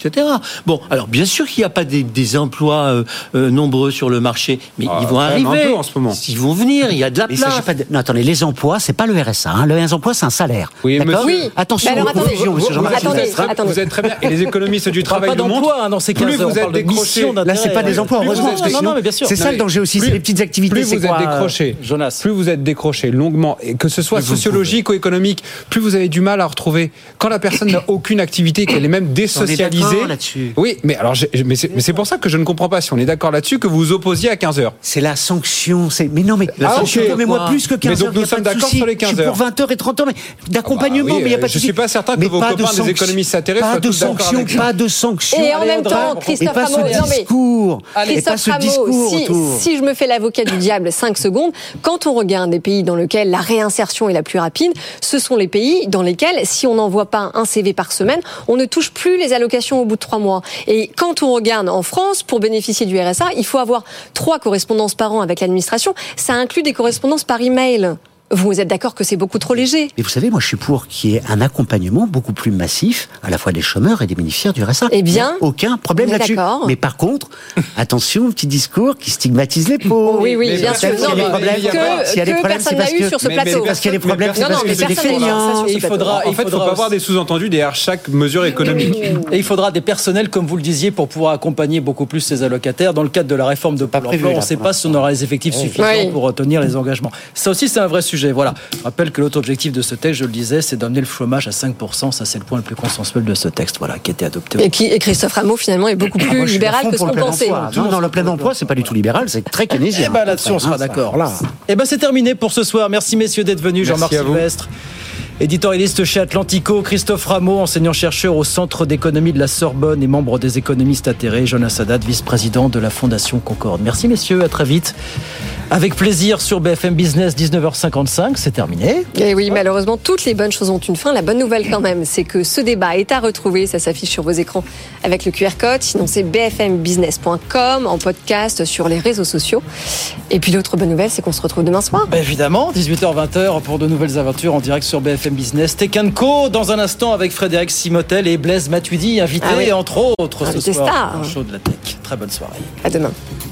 etc. Bon, alors bien sûr qu'il n'y a pas des emplois nombreux sur le marché, mais ils vont arriver. Un peu en ce moment. Ils vont venir, il y a de la Mais place. non, attendez, les emplois, c'est pas le RSA. Hein. Le RSA, c'est un salaire. Oui, d'accord. Oui. Attention Mais alors, aux confusions, monsieur Jean-Marc. Vous êtes très bien. Et les économistes du travail pas le montrent. d'emploi dans ces cas-là. Plus vous êtes décroché. Là, c'est pas des emplois, heureusement. Non, mais bien sûr. C'est ça le danger aussi, c'est les petites activités. Plus vous êtes décroché, Jonas. plus vous êtes décroché longuement, et que ce soit sociologique ou économique, plus vous avez du mal à retrouver. Quand la personne n'a aucune activité, qu'elle est même désocialisée. Là-dessus. Oui, mais alors, mais c'est pour ça que je ne comprends pas si on est d'accord là-dessus que vous vous opposiez à 15 heures. C'est la sanction. Mais non, mais la sanction. ok. Mais moi, plus que 15 Mais donc heures. nous y a sommes pas de d'accord souci. sur les 15 Je suis heures. pour 20 heures et 30 heures, mais d'accompagnement, oui, mais il n'y a pas de je souci. suis pas certain que Mais vos pas copains de des sanction. économistes intéressés Pas soient de tous d'accord sanction, avec ça. pas de sanction. Et en même temps, Et Christophe pas ce Rameau, non, mais- discours. Et pas Christophe ce Rameau, discours autour. si je me fais l'avocat du diable 5 secondes, quand on regarde des pays dans lesquels la réinsertion est la plus rapide, ce sont les pays dans lesquels, si on n'envoie pas un CV par semaine, on ne touche plus les allocations au bout de 3 mois. Et quand on regarde en France, pour bénéficier du RSA, il faut avoir 3 correspondances par an avec l'administration. Ça inclut des correspondances par email. Vous êtes d'accord que c'est beaucoup trop léger? Mais vous savez, moi, je suis pour qu'il y ait un accompagnement beaucoup plus massif, à la fois des chômeurs et des bénéficiaires du RSA. Eh bien, aucun problème on est là-dessus. d'accord. Mais par contre, attention, petit discours qui stigmatise les pauvres. Oui, oui, bien sûr. S'il y a des problèmes, Que personne n'a eu sur ce plateau. Parce qu'il y a des problèmes, c'est Non, parce non, que mais c'est des personne n'a eu ça feignants. sur ce Il plateau. faudra, En fait, il ne faut pas avoir des sous-entendus derrière chaque mesure économique. Et il faudra des personnels, comme vous le disiez, pour pouvoir accompagner beaucoup plus ces allocataires. Dans le cadre de la réforme de Pôle emploi, on ne sait pas si on aura les effectifs suffisants Oui. pour tenir les engagements. Ça aussi, c'est un vrai sujet. Voilà. Je rappelle que l'autre objectif de ce texte, je le disais, c'est d'amener le chômage à 5%. Ça, c'est le point le plus consensuel de ce texte, voilà, qui a été adopté. Et Christophe Rameau, finalement, est beaucoup plus libéral que ce qu'on pensait. Non, le plein emploi, c'est pas du tout libéral, c'est très keynésien. Eh ben là-dessus, on sera d'accord. Eh ben c'est terminé pour ce soir. Merci messieurs d'être venus. Merci Jean-Marc à vous. Sylvestre, éditorialiste chez Atlantico, Christophe Rameau, enseignant-chercheur au Centre d'économie de la Sorbonne et membre des économistes atterrés, Jonas Haddad, vice-président de la Fondation Concorde. Merci messieurs, à très vite. Avec plaisir sur BFM Business, 19h55, c'est terminé. Et oui, malheureusement, toutes les bonnes choses ont une fin. La bonne nouvelle quand même, c'est que ce débat est à retrouver. Ça s'affiche sur vos écrans avec le QR code. Sinon, c'est bfmbusiness.com, en podcast, sur les réseaux sociaux. Et puis l'autre bonne nouvelle, c'est qu'on se retrouve demain soir. Évidemment, 18h-20h pour de nouvelles aventures en direct sur BFM Business. Tech & Co, dans un instant avec Frédéric Simotel et Blaise Matuidi, invités entre autres ce soir. Star. Un show de la tech. Très bonne soirée. À demain.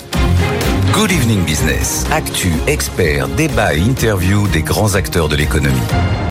Good Evening Business. Actu, experts, débat et interview des grands acteurs de l'économie.